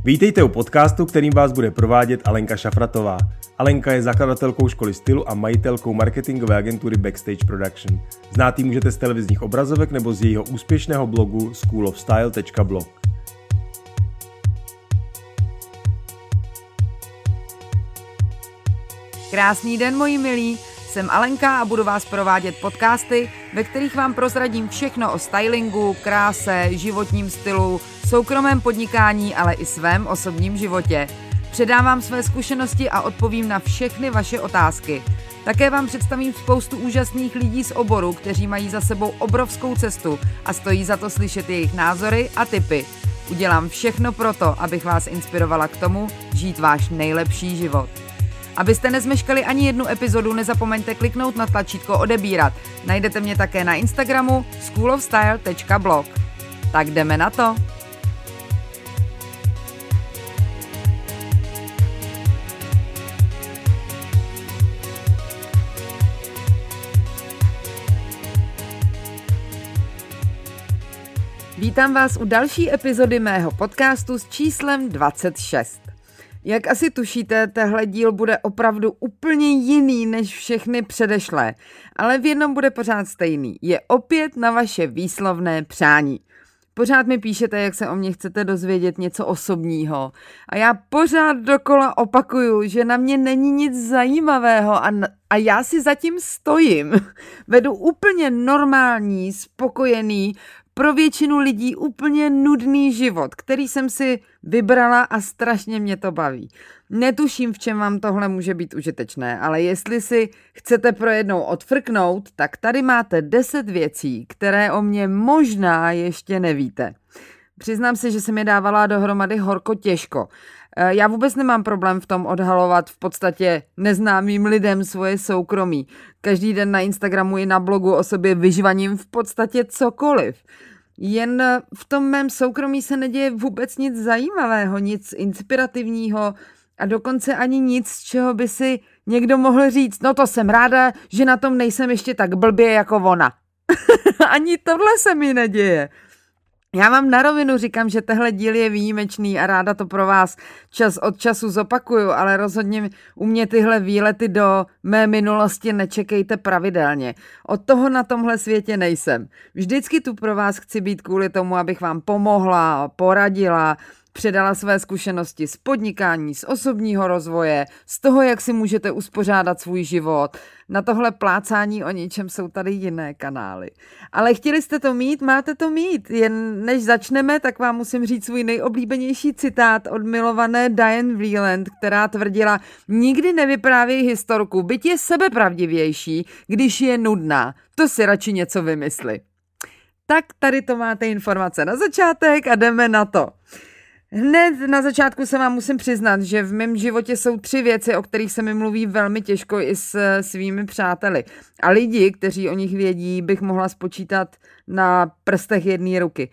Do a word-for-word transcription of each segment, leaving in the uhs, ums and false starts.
Vítejte u podcastu, kterým vás bude provádět Alenka Šafratová. Alenka je zakladatelkou školy stylu a majitelkou marketingové agentury Backstage Production. Znát ji můžete z televizních obrazovek nebo z jejího úspěšného blogu school of style tečka blog. Krásný den, moji milí. Jsem Alenka a budu vás provádět podcasty, ve kterých vám prozradím všechno o stylingu, kráse, životním stylu, soukromém podnikání, ale i svém osobním životě. Předávám své zkušenosti a odpovím na všechny vaše otázky. Také vám představím spoustu úžasných lidí z oboru, kteří mají za sebou obrovskou cestu a stojí za to slyšet jejich názory a tipy. Udělám všechno proto, abych vás inspirovala k tomu, žít váš nejlepší život. Abyste nezmeškali ani jednu epizodu, nezapomeňte kliknout na tlačítko odebírat. Najdete mě také na Instagramu school of style tečka blog. Tak jdeme na to. Vítám vás u další epizody mého podcastu s číslem dvacet šest. Jak asi tušíte, tehle díl bude opravdu úplně jiný než všechny předešlé, ale v jednom bude pořád stejný. Je opět na vaše výslovné přání. Pořád mi píšete, jak se o mě chcete dozvědět něco osobního. A já pořád dokola opakuju, že na mě není nic zajímavého a, a já si zatím stojím. Vedu úplně normální, spokojený, pro většinu lidí úplně nudný život, který jsem si vybrala a strašně mě to baví. Netuším, v čem vám tohle může být užitečné, ale jestli si chcete pro jednou odfrknout, tak tady máte deset věcí, které o mě možná ještě nevíte. Přiznám se, že jsem je dávala dohromady horko těžko. Já vůbec nemám problém v tom odhalovat v podstatě neznámým lidem svoje soukromí. Každý den na Instagramu i na blogu o sobě vyžvaním v podstatě cokoliv. Jen v tom mém soukromí se neděje vůbec nic zajímavého, nic inspirativního a dokonce ani nic, z čeho by si někdo mohl říct, no to jsem ráda, že na tom nejsem ještě tak blbě jako ona. Ani tohle se mi neděje. Já vám na rovinu říkám, že tehle díl je výjimečný a ráda to pro vás čas od času zopakuju, ale rozhodně u mě tyhle výlety do mé minulosti nečekejte pravidelně. Od toho na tomhle světě nejsem. Vždycky tu pro vás chci být kvůli tomu, abych vám pomohla, poradila, předala své zkušenosti z podnikání, z osobního rozvoje, z toho, jak si můžete uspořádat svůj život. Na tohle plácání o ničem jsou tady jiné kanály. Ale chtěli jste to mít, máte to mít. Jen než začneme, tak vám musím říct svůj nejoblíbenější citát od milované Diane Vreeland, která tvrdila, nikdy nevyprávěj historku, byť je sebepravdivější, když je nudná. To si radši něco vymysli. Tak tady to máte informace na začátek a jdeme na to. Hned na začátku se vám musím přiznat, že v mém životě jsou tři věci, o kterých se mi mluví velmi těžko i s svými přáteli. A lidi, kteří o nich vědí, bych mohla spočítat na prstech jedné ruky.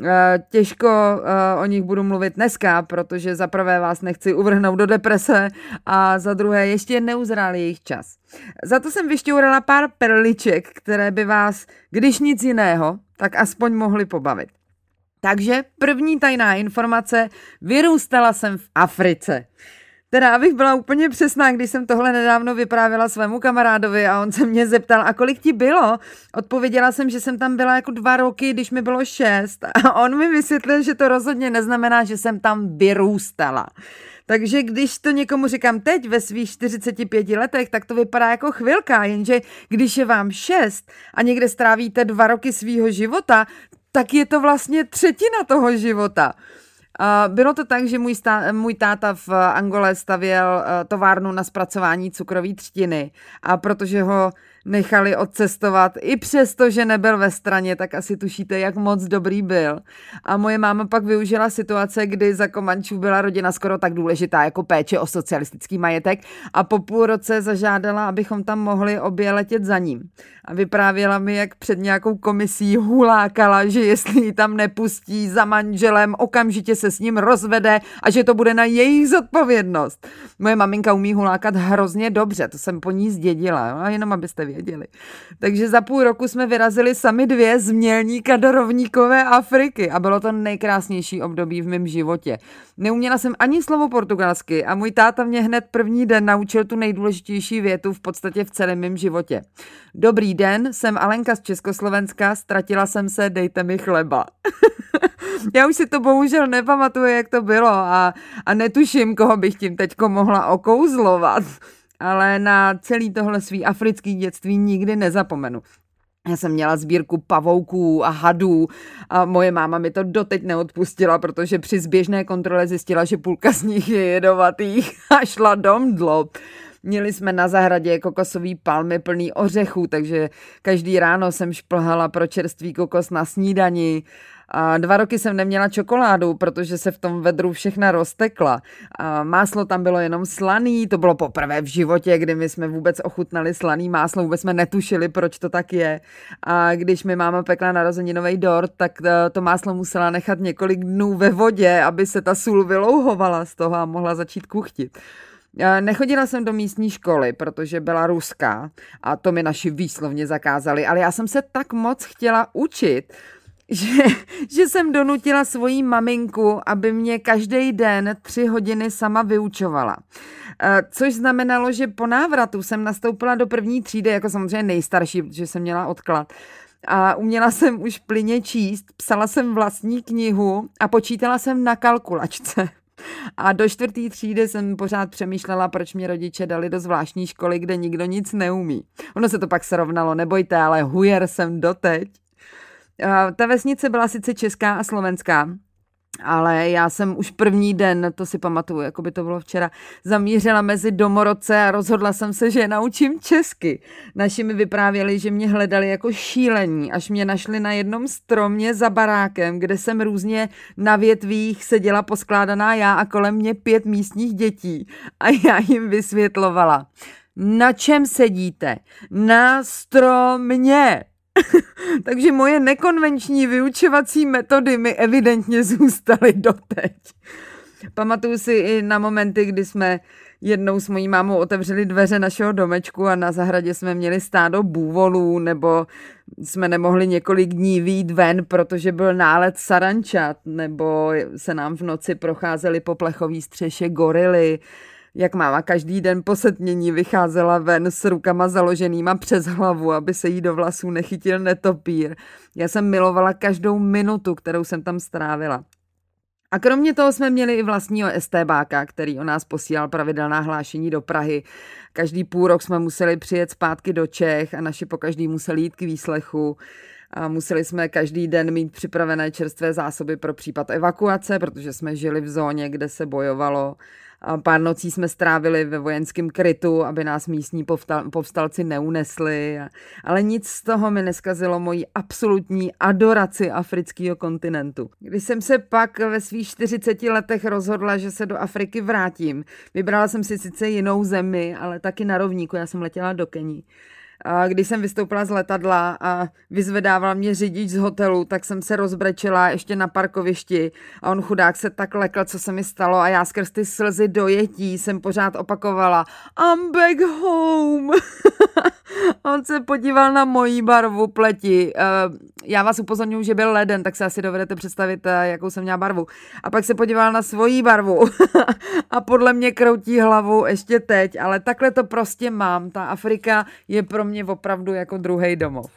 Těžko o nich budu mluvit dneska, protože za prvé vás nechci uvrhnout do deprese a za druhé ještě neuzrál jejich čas. Za to jsem vyšťourala pár perliček, které by vás, když nic jiného, tak aspoň mohly pobavit. Takže první tajná informace, vyrůstala jsem v Africe. Teda abych byla úplně přesná, když jsem tohle nedávno vyprávěla svému kamarádovi a on se mě zeptal, a kolik ti bylo? Odpověděla jsem, že jsem tam byla jako dva roky, když mi bylo šest a on mi vysvětlil, že to rozhodně neznamená, že jsem tam vyrůstala. Takže když to někomu říkám teď ve svých čtyřiceti pěti letech, tak to vypadá jako chvilka, jenže když je vám šest a někde strávíte dva roky svýho života, tak je to vlastně třetina toho života. Bylo to tak, že můj, stá, můj táta v Angole stavěl továrnu na zpracování cukrové třtiny a protože ho nechali odcestovat, i přesto, že nebyl ve straně, tak asi tušíte, jak moc dobrý byl. A moje máma pak využila situace, kdy za Komančů byla rodina skoro tak důležitá jako péče o socialistický majetek a po půl roce zažádala, abychom tam mohli obě letět za ním. A vyprávěla mi, jak před nějakou komisí hulákala, že jestli ji tam nepustí za manželem, okamžitě se s ním rozvede a že to bude na jejich zodpovědnost. Moje maminka umí hulákat hrozně dobře, to jsem po ní zdědila, a jenom abyste věděli. Takže za půl roku jsme vyrazili sami dvě z Mělníka do rovníkové Afriky a bylo to nejkrásnější období v mém životě. Neuměla jsem ani slovo portugalsky a můj táta mě hned první den naučil tu nejdůležitější větu v podstatě v celém mém životě. Dobrý den, jsem Alenka z Československa, ztratila jsem se, dejte mi chleba. Já už si to bohužel nepamatuju, jak to bylo a, a netuším, koho bych tím teďko mohla okouzlovat, ale na celý tohle svý africký dětství nikdy nezapomenu. Já jsem měla sbírku pavouků a hadů a moje máma mi to doteď neodpustila, protože při zběžné kontrole zjistila, že půlka z nich je jedovatých a šla domdlo. Měli jsme na zahradě kokosový palmy plný ořechů, takže každý ráno jsem šplhala pro čerstvý kokos na snídani. A dva roky jsem neměla čokoládu, protože se v tom vedru všechna roztekla. A máslo tam bylo jenom slaný, to bylo poprvé v životě, kdy my jsme vůbec ochutnali slaný máslo, vůbec jsme netušili, proč to tak je. A když mi máma pekla narozeninový dort, tak to máslo musela nechat několik dnů ve vodě, aby se ta sůl vylouhovala z toho a mohla začít kuchtit. Nechodila jsem do místní školy, protože byla ruská a to mi naši výslovně zakázali, ale já jsem se tak moc chtěla učit, Že, že jsem donutila svoji maminku, aby mě každý den tři hodiny sama vyučovala. Což znamenalo, že po návratu jsem nastoupila do první třídy, jako samozřejmě nejstarší, protože jsem měla odklad. A uměla jsem už plyně číst, psala jsem vlastní knihu a počítala jsem na kalkulačce. A do čtvrtý třídy jsem pořád přemýšlela, proč mě rodiče dali do zvláštní školy, kde nikdo nic neumí. Ono se to pak srovnalo, nebojte, ale hujer jsem doteď. Ta vesnice byla sice česká a slovenská, ale já jsem už první den, to si pamatuju, jako by to bylo včera, zamířila mezi domorodce a rozhodla jsem se, že je naučím česky. Naši mi vyprávěli, že mě hledali jako šílení, až mě našli na jednom stromě za barákem, kde jsem různě na větvích seděla poskládaná já a kolem mě pět místních dětí. A já jim vysvětlovala, na čem sedíte? Na stromě. Takže moje nekonvenční vyučovací metody mi evidentně zůstaly doteď. Pamatuju si i na momenty, kdy jsme jednou s mojí mámou otevřeli dveře našeho domečku a na zahradě jsme měli stádo bůvolů, nebo jsme nemohli několik dní vyjít ven, protože byl nálet sarančat, nebo se nám v noci procházely po plechový střeše gorily. Jak máma každý den po setmění vycházela ven s rukama založenýma přes hlavu, aby se jí do vlasů nechytil netopír. Já jsem milovala každou minutu, kterou jsem tam strávila. A kromě toho jsme měli i vlastního estébáka, který o nás posílal pravidelná hlášení do Prahy. Každý půl rok jsme museli přijet zpátky do Čech a naši pokaždý museli jít k výslechu. A museli jsme každý den mít připravené čerstvé zásoby pro případ evakuace, protože jsme žili v zóně, kde se bojovalo. A pár nocí jsme strávili ve vojenském krytu, aby nás místní povstal, povstalci neunesli. Ale nic z toho mi neskazilo moji absolutní adoraci afrického kontinentu. Když jsem se pak ve svých čtyřiceti letech rozhodla, že se do Afriky vrátím, vybrala jsem si sice jinou zemi, ale taky na rovníku, já jsem letěla do Keni. A když jsem vystoupila z letadla a vyzvedával mě řidič z hotelu, tak jsem se rozbrečela ještě na parkovišti a on chudák se tak lekl, co se mi stalo a já skrz ty slzy dojetí jsem pořád opakovala I'm back home. On se podíval na moji barvu pleti. Já vás upozorňuji, že byl leden, tak se asi dovedete představit, jakou jsem měla barvu. A pak se podíval na svoji barvu a podle mě kroutí hlavu ještě teď, ale takhle to prostě mám. Ta Afrika je pro mě opravdu jako druhý domov.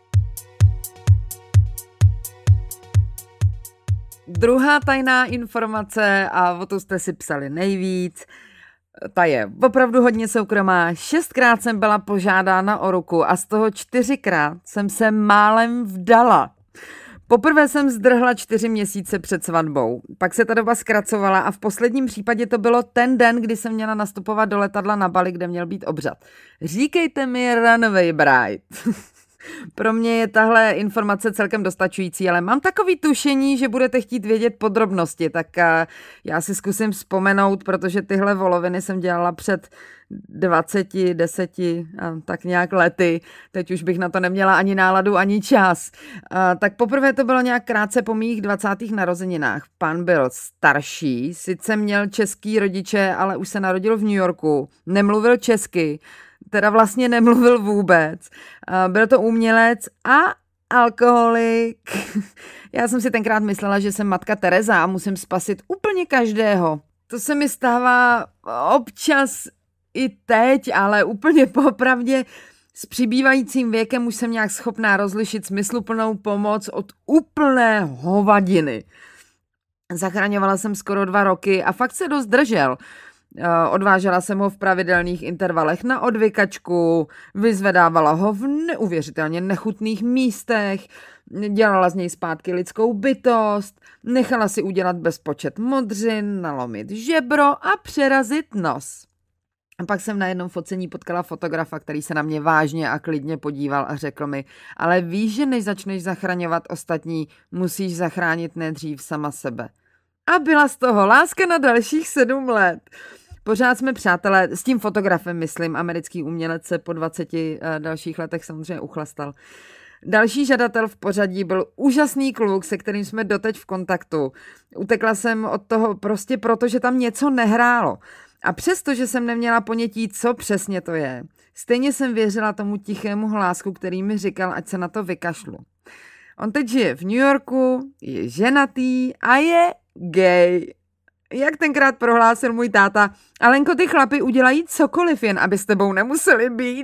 Druhá tajná informace, a o to jste si psali nejvíc, ta je opravdu hodně soukromá. Šestkrát jsem byla požádána o ruku a z toho čtyřikrát jsem se málem vdala. Poprvé jsem zdrhla čtyři měsíce před svatbou, pak se ta doba zkracovala a v posledním případě to bylo ten den, kdy jsem měla nastupovat do letadla na Bali, kde měl být obřad. Říkejte mi runaway bride. Pro mě je tahle informace celkem dostačující, ale mám takový tušení, že budete chtít vědět podrobnosti, tak já si zkusím vzpomenout, protože tyhle voloviny jsem dělala před dvaceti, deseti a tak nějak lety. Teď už bych na to neměla ani náladu, ani čas. A, tak poprvé to bylo nějak krátce po mých dvacátých narozeninách. Pan byl starší, sice měl český rodiče, ale už se narodil v New Yorku, nemluvil česky, teda vlastně nemluvil vůbec. Byl to umělec a alkoholik. Já jsem si tenkrát myslela, že jsem matka Tereza a musím spasit úplně každého. To se mi stává občas i teď, ale úplně popravdě s přibývajícím věkem už jsem nějak schopná rozlišit smysluplnou pomoc od úplné hovadiny. Zachraňovala jsem skoro dva roky a fakt se dost držel. Odvážela jsem ho v pravidelných intervalech na odvykačku, vyzvedávala ho v neuvěřitelně nechutných místech, dělala z něj zpátky lidskou bytost, nechala si udělat bezpočet modřin, nalomit žebro a přerazit nos. A pak jsem na jednom focení potkala fotografa, který se na mě vážně a klidně podíval a řekl mi, ale víš, že než začneš zachraňovat ostatní, musíš zachránit nejdřív sama sebe. A byla z toho láska na dalších sedm let. Pořád jsme přátelé, s tím fotografem myslím, americký umělec se po dvaceti dalších letech samozřejmě uchlastal. Další žadatel v pořadí byl úžasný kluk, se kterým jsme doteď v kontaktu. Utekla jsem od toho prostě proto, že tam něco nehrálo. A přesto, že jsem neměla ponětí, co přesně to je, stejně jsem věřila tomu tichému hlásku, který mi říkal, ať se na to vykašlu. On teď žije v New Yorku, je ženatý a je gay. Jak tenkrát prohlásil můj táta, Alenko, ty chlapi udělají cokoliv, jen aby s tebou nemuseli být.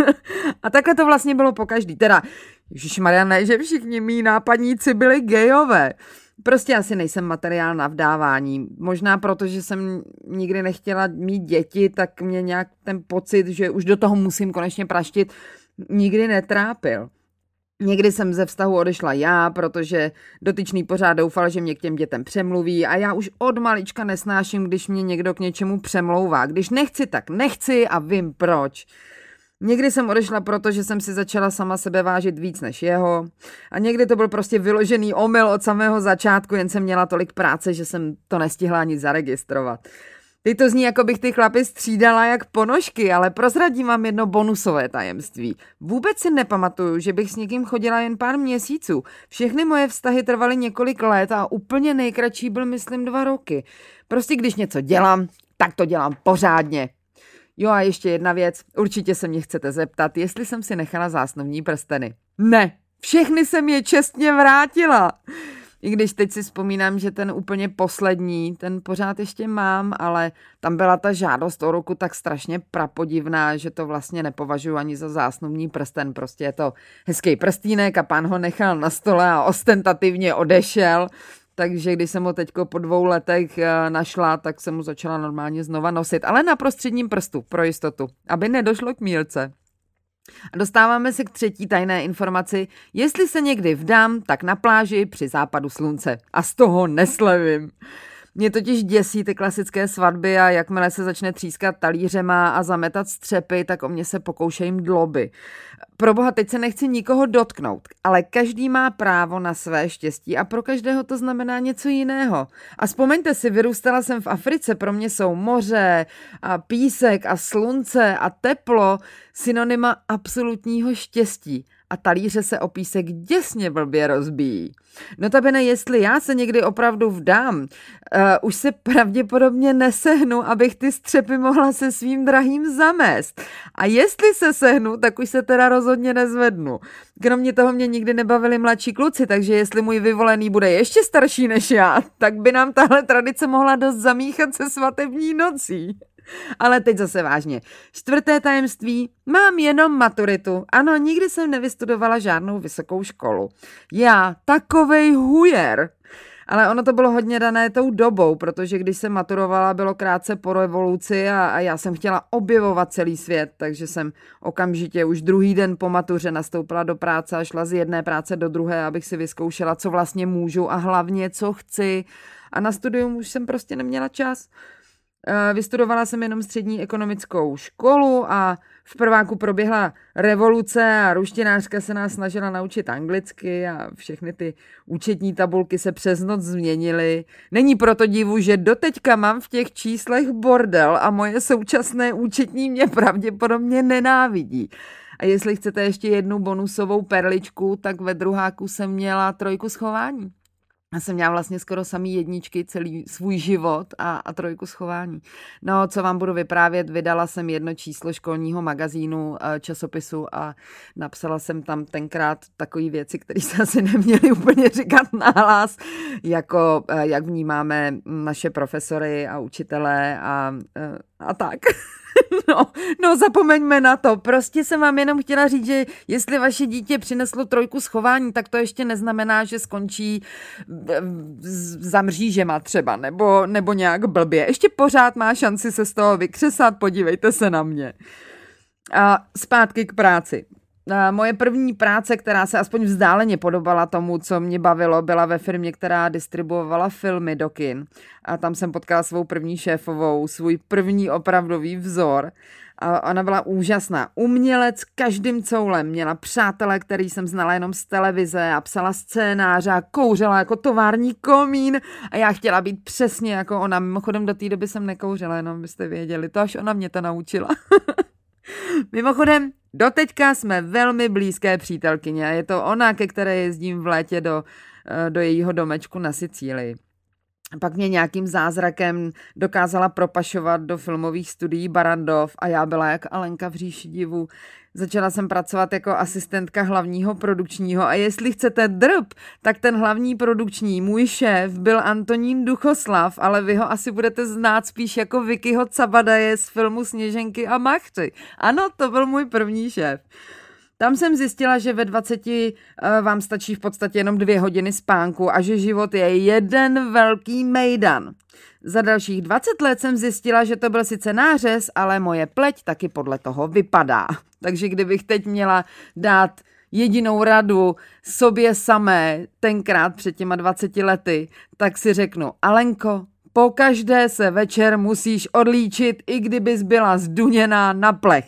A takhle to vlastně bylo pokaždý. Teda, ježišmarja, ne, že všichni mý nápadníci byli gayové. Prostě asi nejsem materiál na vdávání. Možná proto, že jsem nikdy nechtěla mít děti, tak mě nějak ten pocit, že už do toho musím konečně praštit, nikdy netrápil. Někdy jsem ze vztahu odešla já, protože dotyčný pořád doufal, že mě k těm dětem přemluví a já už od malička nesnáším, když mě někdo k něčemu přemlouvá. Když nechci, tak nechci a vím proč. Někdy jsem odešla proto, že jsem si začala sama sebe vážit víc než jeho a někdy to byl prostě vyložený omyl od samého začátku, jen jsem měla tolik práce, že jsem to nestihla ani zaregistrovat. Teď to zní, jako bych ty chlapy střídala jak ponožky, ale prozradím vám jedno bonusové tajemství. Vůbec si nepamatuju, že bych s někým chodila jen pár měsíců. Všechny moje vztahy trvaly několik let a úplně nejkratší byl, myslím, dva roky. Prostě když něco dělám, tak to dělám pořádně. Jo a ještě jedna věc, určitě se mě chcete zeptat, jestli jsem si nechala zásnovní prsteny. Ne, všechny jsem je čestně vrátila. I když teď si vzpomínám, že ten úplně poslední, ten pořád ještě mám, ale tam byla ta žádost o ruku tak strašně prapodivná, že to vlastně nepovažuji ani za zásnubní prsten. Prostě je to hezký prstínek a pán ho nechal na stole a ostentativně odešel. Takže když jsem ho teďko po dvou letech našla, tak jsem mu začala normálně znova nosit. Ale na prostředním prstu, pro jistotu, aby nedošlo k mýlce. A dostáváme se k třetí tajné informaci. Jestli se někdy vdám, tak na pláži při západu slunce. A z toho neslevím. Mě totiž děsí ty klasické svatby a jakmile se začne třískat talířema a zametat střepy, tak o mě se pokoušejí mdloby. Proboha, teď se nechci nikoho dotknout, ale každý má právo na své štěstí a pro každého to znamená něco jiného. A vzpomeňte si, vyrůstala jsem v Africe, pro mě jsou moře a písek a slunce a teplo synonyma absolutního štěstí. A talíře se o písek děsně blbě rozbíjí. Notabene, jestli já se někdy opravdu vdám, uh, už se pravděpodobně nesehnu, abych ty střepy mohla se svým drahým zamést. A jestli se sehnu, tak už se teda rozhodně nezvednu. Kromě toho mě nikdy nebavili mladší kluci, takže jestli můj vyvolený bude ještě starší než já, tak by nám tahle tradice mohla dost zamíchat se svatební nocí. Ale teď zase vážně. Čtvrté tajemství. Mám jenom maturitu. Ano, nikdy jsem nevystudovala žádnou vysokou školu. Já, takovej hujer. Ale ono to bylo hodně dané tou dobou, protože když jsem maturovala, bylo krátce po revoluci a, a já jsem chtěla objevovat celý svět, takže jsem okamžitě už druhý den po matuře nastoupila do práce a šla z jedné práce do druhé, abych si vyzkoušela, co vlastně můžu a hlavně, co chci. A na studium už jsem prostě neměla čas. Vystudovala jsem jenom střední ekonomickou školu a v prváku proběhla revoluce a ruštinářka se nás snažila naučit anglicky a všechny ty účetní tabulky se přes noc změnily. Není proto divu, že doteďka mám v těch číslech bordel a moje současné účetní mě pravděpodobně nenávidí. A jestli chcete ještě jednu bonusovou perličku, tak ve druháku jsem měla trojku z chování. Já jsem měla vlastně skoro samý jedničky celý svůj život a, a trojku schování. No, co vám budu vyprávět, vydala jsem jedno číslo školního magazínu, časopisu a napsala jsem tam tenkrát takové věci, které se asi neměly úplně říkat nahlas, jako jak vnímáme naše profesory a učitelé a, a tak. No, no, zapomeňme na to. Prostě jsem vám jenom chtěla říct, že jestli vaše dítě přineslo trojku schování, tak to ještě neznamená, že skončí za mřížema třeba, nebo, nebo nějak blbě. Ještě pořád má šanci se z toho vykřesat, podívejte se na mě. A zpátky k práci. Moje první práce, která se aspoň vzdáleně podobala tomu, co mě bavilo, byla ve firmě, která distribuovala filmy do kin. A tam jsem potkala svou první šéfovou, svůj první opravdový vzor. A ona byla úžasná. Umělec každým coulem. Měla přátele, který jsem znala jenom z televize a psala scénáře a kouřila jako tovární komín. A já chtěla být přesně jako ona. Mimochodem do té doby jsem nekouřila, jenom byste věděli. To až ona mě to naučila. Mimochodem, doteďka jsme velmi blízké přítelkyně a je to ona, ke které jezdím v létě do, do jejího domečku na Sicílii. Pak mě nějakým zázrakem dokázala propašovat do filmových studií Barrandov a já byla jak Alenka v říši divu. Začala jsem pracovat jako asistentka hlavního produkčního a jestli chcete drb, tak ten hlavní produkční, můj šéf, byl Antonín Duchoslav, ale vy ho asi budete znát spíš jako Vickyho Cabadaje z filmu Sněženky a Machři. Ano, to byl můj první šéf. Tam jsem zjistila, že ve dvaceti vám stačí v podstatě jenom dvě hodiny spánku a že život je jeden velký mejdan. Za dalších dvacet let jsem zjistila, že to byl sice nářez, ale moje pleť taky podle toho vypadá. Takže kdybych teď měla dát jedinou radu sobě samé tenkrát před těma dvaceti lety, tak si řeknu, Alenko, pokaždé se večer musíš odlíčit, i kdybys byla zduněná na plech.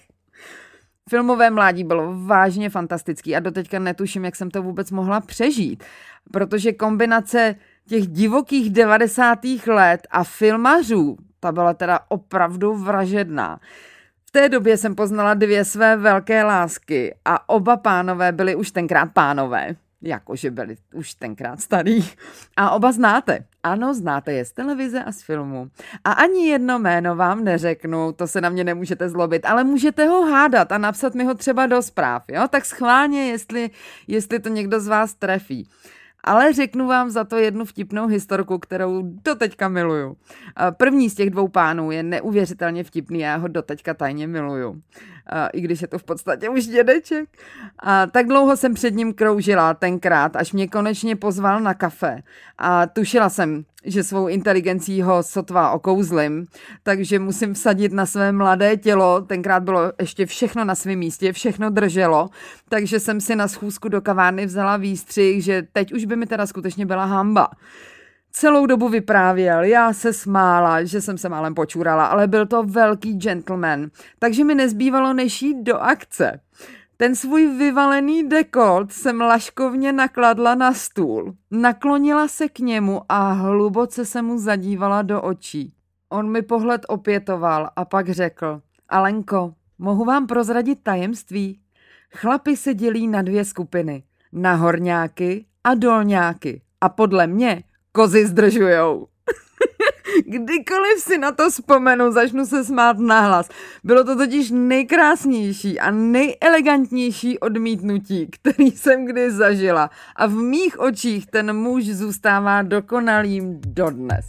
Filmové mládí bylo vážně fantastický a doteďka netuším, jak jsem to vůbec mohla přežít, protože kombinace těch divokých devadesátých let a filmařů, ta byla teda opravdu vražedná. V té době jsem poznala dvě své velké lásky a oba pánové byli už tenkrát pánové. Jakože byli už tenkrát starý. A oba znáte. Ano, znáte je z televize a z filmu. A ani jedno jméno vám neřeknu, to se na mě nemůžete zlobit, ale můžete ho hádat a napsat mi ho třeba do zpráv, jo? Tak schválně, jestli, jestli to někdo z vás trefí. Ale řeknu vám za to jednu vtipnou historku, kterou doteďka miluju. První z těch dvou pánů je neuvěřitelně vtipný, já ho doteďka tajně miluju. I když je to v podstatě už dědeček. A tak dlouho jsem před ním kroužila tenkrát, až mě konečně pozval na kafe. A tušila jsem, že svou inteligencí ho sotva okouzlim, takže musím vsadit na své mladé tělo. Tenkrát bylo ještě všechno na svém místě, všechno drželo, takže jsem si na schůzku do kavárny vzala výstřih, že teď už by mi teda skutečně byla hamba. Celou dobu vyprávěl, já se smála, že jsem se málem počurala, ale byl to velký gentleman, takže mi nezbývalo než jít do akce. Ten svůj vyvalený dekolt jsem laškovně nakladla na stůl, naklonila se k němu a hluboce se mu zadívala do očí. On mi pohled opětoval a pak řekl, Alenko, mohu vám prozradit tajemství? Chlapi se dělí na dvě skupiny, na horňáky a dolňáky a podle mě kozy zdržujou. Kdykoliv si na to vzpomenu, začnu se smát nahlas. Bylo to totiž nejkrásnější a nejelegantnější odmítnutí, který jsem kdy zažila. A v mých očích ten muž zůstává dokonalým dodnes.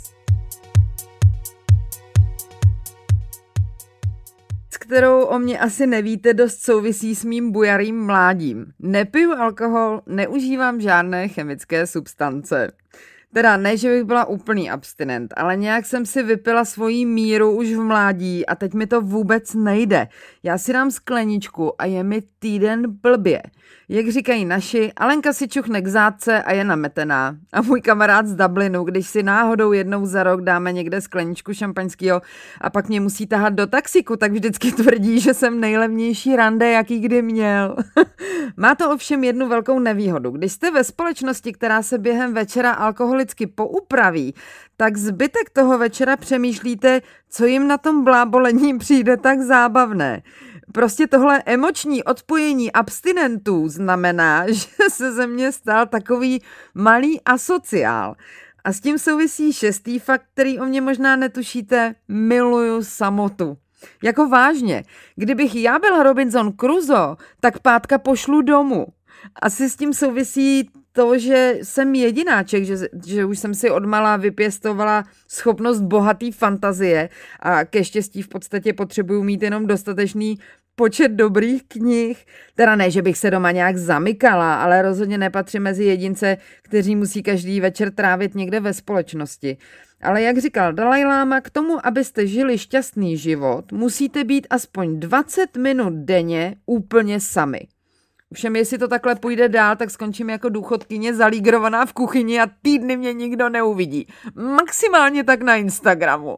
S kterou o mě asi nevíte, dost souvisí s mým bujarým mládím. Nepiju alkohol, neužívám žádné chemické substance. Teda ne, že bych byla úplný abstinent, ale nějak jsem si vypila svoji míru už v mládí a teď mi to vůbec nejde. Já si dám skleničku a je mi týden blbě. Jak říkají naši, Alenka si čuchne k zátce a je nametená. A můj kamarád z Dublinu, když si náhodou jednou za rok dáme někde skleničku šampaňského a pak mě musí tahat do taxiku, tak vždycky tvrdí, že jsem nejlevnější rande, jaký kdy měl. Má to ovšem jednu velkou nevýhodu. Když jste ve společnosti, která se během večera alkoholicky poupraví, tak zbytek toho večera přemýšlíte, co jim na tom blábolení přijde tak zábavné. Prostě tohle emoční odpojení abstinentů znamená, že se ze mě stal takový malý asociál. A s tím souvisí šestý fakt, který o mě možná netušíte, miluju samotu. Jako vážně, kdybych já byla Robinson Crusoe, tak pátka pošlu domů. Asi s tím souvisí to, že jsem jedináček, že, že už jsem si odmala vypěstovala schopnost bohatý fantazie a ke štěstí v podstatě potřebuju mít jenom dostatečný počet dobrých knih. Teda ne, že bych se doma nějak zamykala, ale rozhodně nepatřím mezi jedince, kteří musí každý večer trávit někde ve společnosti. Ale jak říkal Dalaj Láma, k tomu, abyste žili šťastný život, musíte být aspoň dvacet minut denně úplně sami. Všem, jestli to takhle půjde dál, tak skončím jako důchodkyně zalígrovaná v kuchyni a týdny mě nikdo neuvidí. Maximálně tak na Instagramu.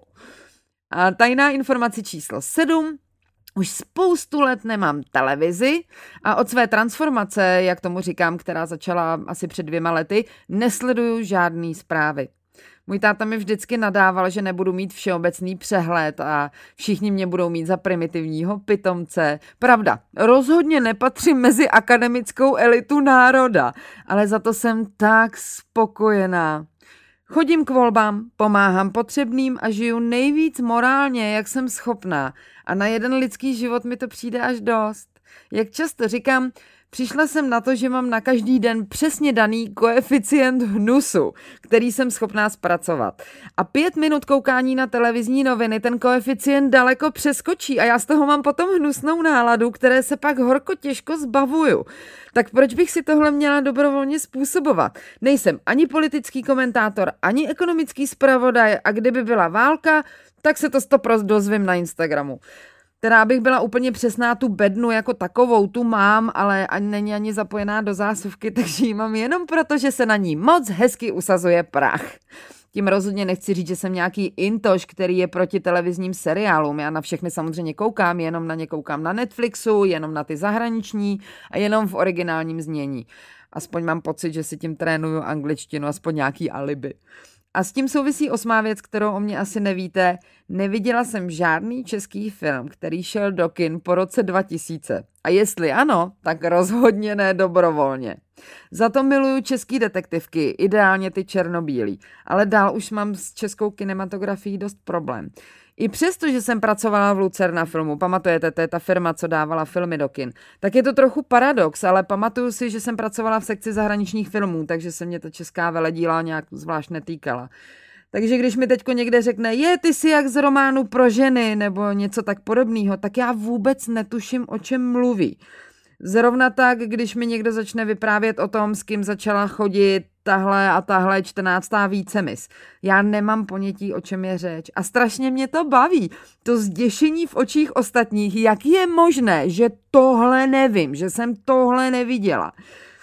A tajná informace číslo sedm. Už spoustu let nemám televizi a od své transformace, jak tomu říkám, která začala asi před dvěma lety, nesleduju žádný zprávy. Můj táta mi vždycky nadával, že nebudu mít všeobecný přehled a všichni mě budou mít za primitivního pitomce. Pravda, rozhodně nepatřím mezi akademickou elitu národa, ale za to jsem tak spokojená. Chodím k volbám, pomáhám potřebným a žiju nejvíc morálně, jak jsem schopná. A na jeden lidský život mi to přijde až dost. Jak často říkám, přišla jsem na to, že mám na každý den přesně daný koeficient hnusu, který jsem schopná zpracovat. A pět minut koukání na televizní noviny ten koeficient daleko přeskočí a já z toho mám potom hnusnou náladu, které se pak horko těžko zbavuju. Tak proč bych si tohle měla dobrovolně způsobovat? Nejsem ani politický komentátor, ani ekonomický zpravodaj a kdyby byla válka, tak se to stoprost dozvím na Instagramu. Teda bych byla úplně přesná, tu bednu jako takovou, tu mám, ale ani není ani zapojená do zásuvky, takže ji mám jenom proto, že se na ní moc hezky usazuje prach. Tím rozhodně nechci říct, že jsem nějaký intoš, který je proti televizním seriálům. Já na všechny samozřejmě koukám, jenom na ně koukám na Netflixu, jenom na ty zahraniční a jenom v originálním znění. Aspoň mám pocit, že si tím trénuju angličtinu, aspoň nějaký alibi. A s tím souvisí osmá věc, kterou o mě asi nevíte. Neviděla jsem žádný český film, který šel do kin po roce dva tisíce. A jestli ano, tak rozhodně ne dobrovolně. Za to miluju český detektivky, ideálně ty černobílý. Ale dál už mám s českou kinematografií dost problém. I přesto, že jsem pracovala v Lucerna filmu, pamatujete, to je ta firma, co dávala filmy do kin, tak je to trochu paradox, ale pamatuju si, že jsem pracovala v sekci zahraničních filmů, takže se mě ta česká veledíla nějak zvlášť netýkala. Takže když mi teďko někde řekne, je, ty jsi jak z románu pro ženy, nebo něco tak podobného, tak já vůbec netuším, o čem mluví. Zrovna tak, když mi někdo začne vyprávět o tom, s kým začala chodit tahle a tahle čtrnáctá vícemis. Já nemám ponětí, o čem je řeč. A strašně mě to baví. To zděšení v očích ostatních, jak je možné, že tohle nevím, že jsem tohle neviděla.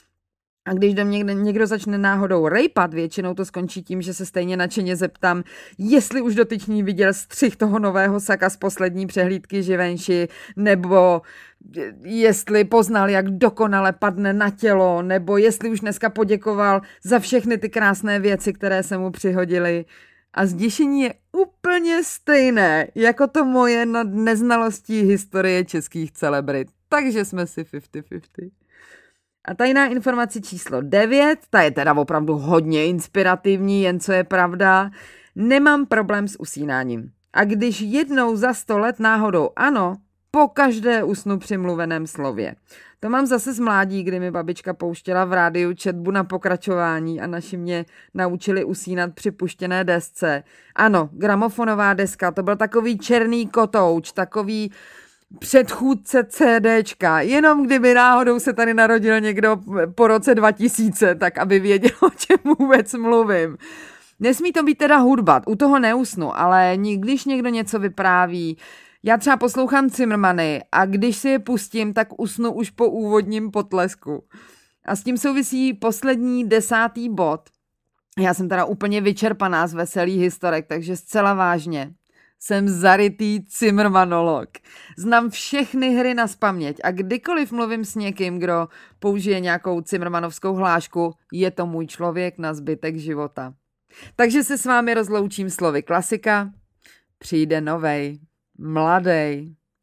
A když do mě někdo začne náhodou rejpat, většinou to skončí tím, že se stejně nadšeně zeptám, jestli už dotyčný viděl střih toho nového saka z poslední přehlídky Givenchy, nebo jestli poznal, jak dokonale padne na tělo, nebo jestli už dneska poděkoval za všechny ty krásné věci, které se mu přihodily. A zděšení je úplně stejné, jako to moje nad neznalostí historie českých celebrit. Takže jsme si padesát padesát. A tajná informace číslo devět, ta je teda opravdu hodně inspirativní, jen co je pravda, nemám problém s usínáním. A když jednou za sto let náhodou ano, pokaždé usnu při mluveném slově. To mám zase z mládí, kdy mi babička pouštěla v rádiu četbu na pokračování a naši mě naučili usínat při puštěné desce. Ano, gramofonová deska, to byl takový černý kotouč, takový předchůdce CDčka, jenom kdyby náhodou se tady narodil někdo po roce dva tisíce, tak aby věděl, o čem vůbec mluvím. Nesmí to být teda hudba, u toho neusnu, ale když někdo něco vypráví, já třeba poslouchám Cimrmany a když si je pustím, tak usnu už po úvodním potlesku. A s tím souvisí poslední desátý bod. Já jsem teda úplně vyčerpaná z veselých historek, takže zcela vážně. Jsem zarytý cimrmanolog. Znám všechny hry nazpaměť a kdykoliv mluvím s někým, kdo použije nějakou cimrmanovskou hlášku, je to můj člověk na zbytek života. Takže se s vámi rozloučím slovy klasika. Přijde novej, mladej,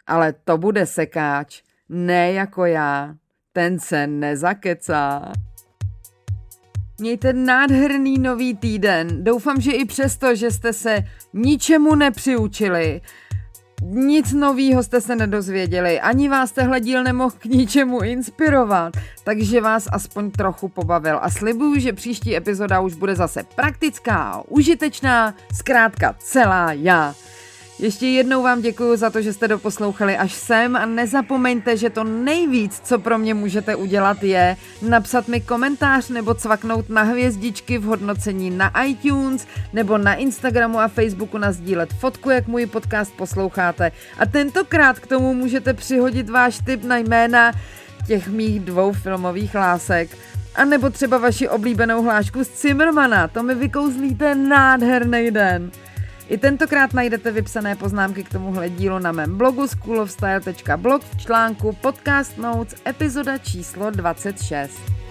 Ale to bude sekáč, ne jako já. Ten se nezakecá. Mějte nádherný nový týden. Doufám, že i přesto, že jste se ničemu nepřiučili, nic novýho jste se nedozvěděli, ani vás tehle díl nemohl k ničemu inspirovat, takže vás aspoň trochu pobavil a slibuju, že příští epizoda už bude zase praktická, užitečná, zkrátka celá já. Ještě jednou vám děkuju za to, že jste doposlouchali až sem a nezapomeňte, že to nejvíc, co pro mě můžete udělat, je napsat mi komentář nebo cvaknout na hvězdičky v hodnocení na iTunes nebo na Instagramu a Facebooku nasdílet fotku, jak můj podcast posloucháte. A tentokrát k tomu můžete přihodit váš tip na jména těch mých dvou filmových lásek. A nebo třeba vaši oblíbenou hlášku z Cimrmana, to mi vykouzlíte nádherný den. I tentokrát najdete vypsané poznámky k tomuhle dílu na mém blogu school of style tečka blog v článku Podcast Notes epizoda číslo dvacet šest.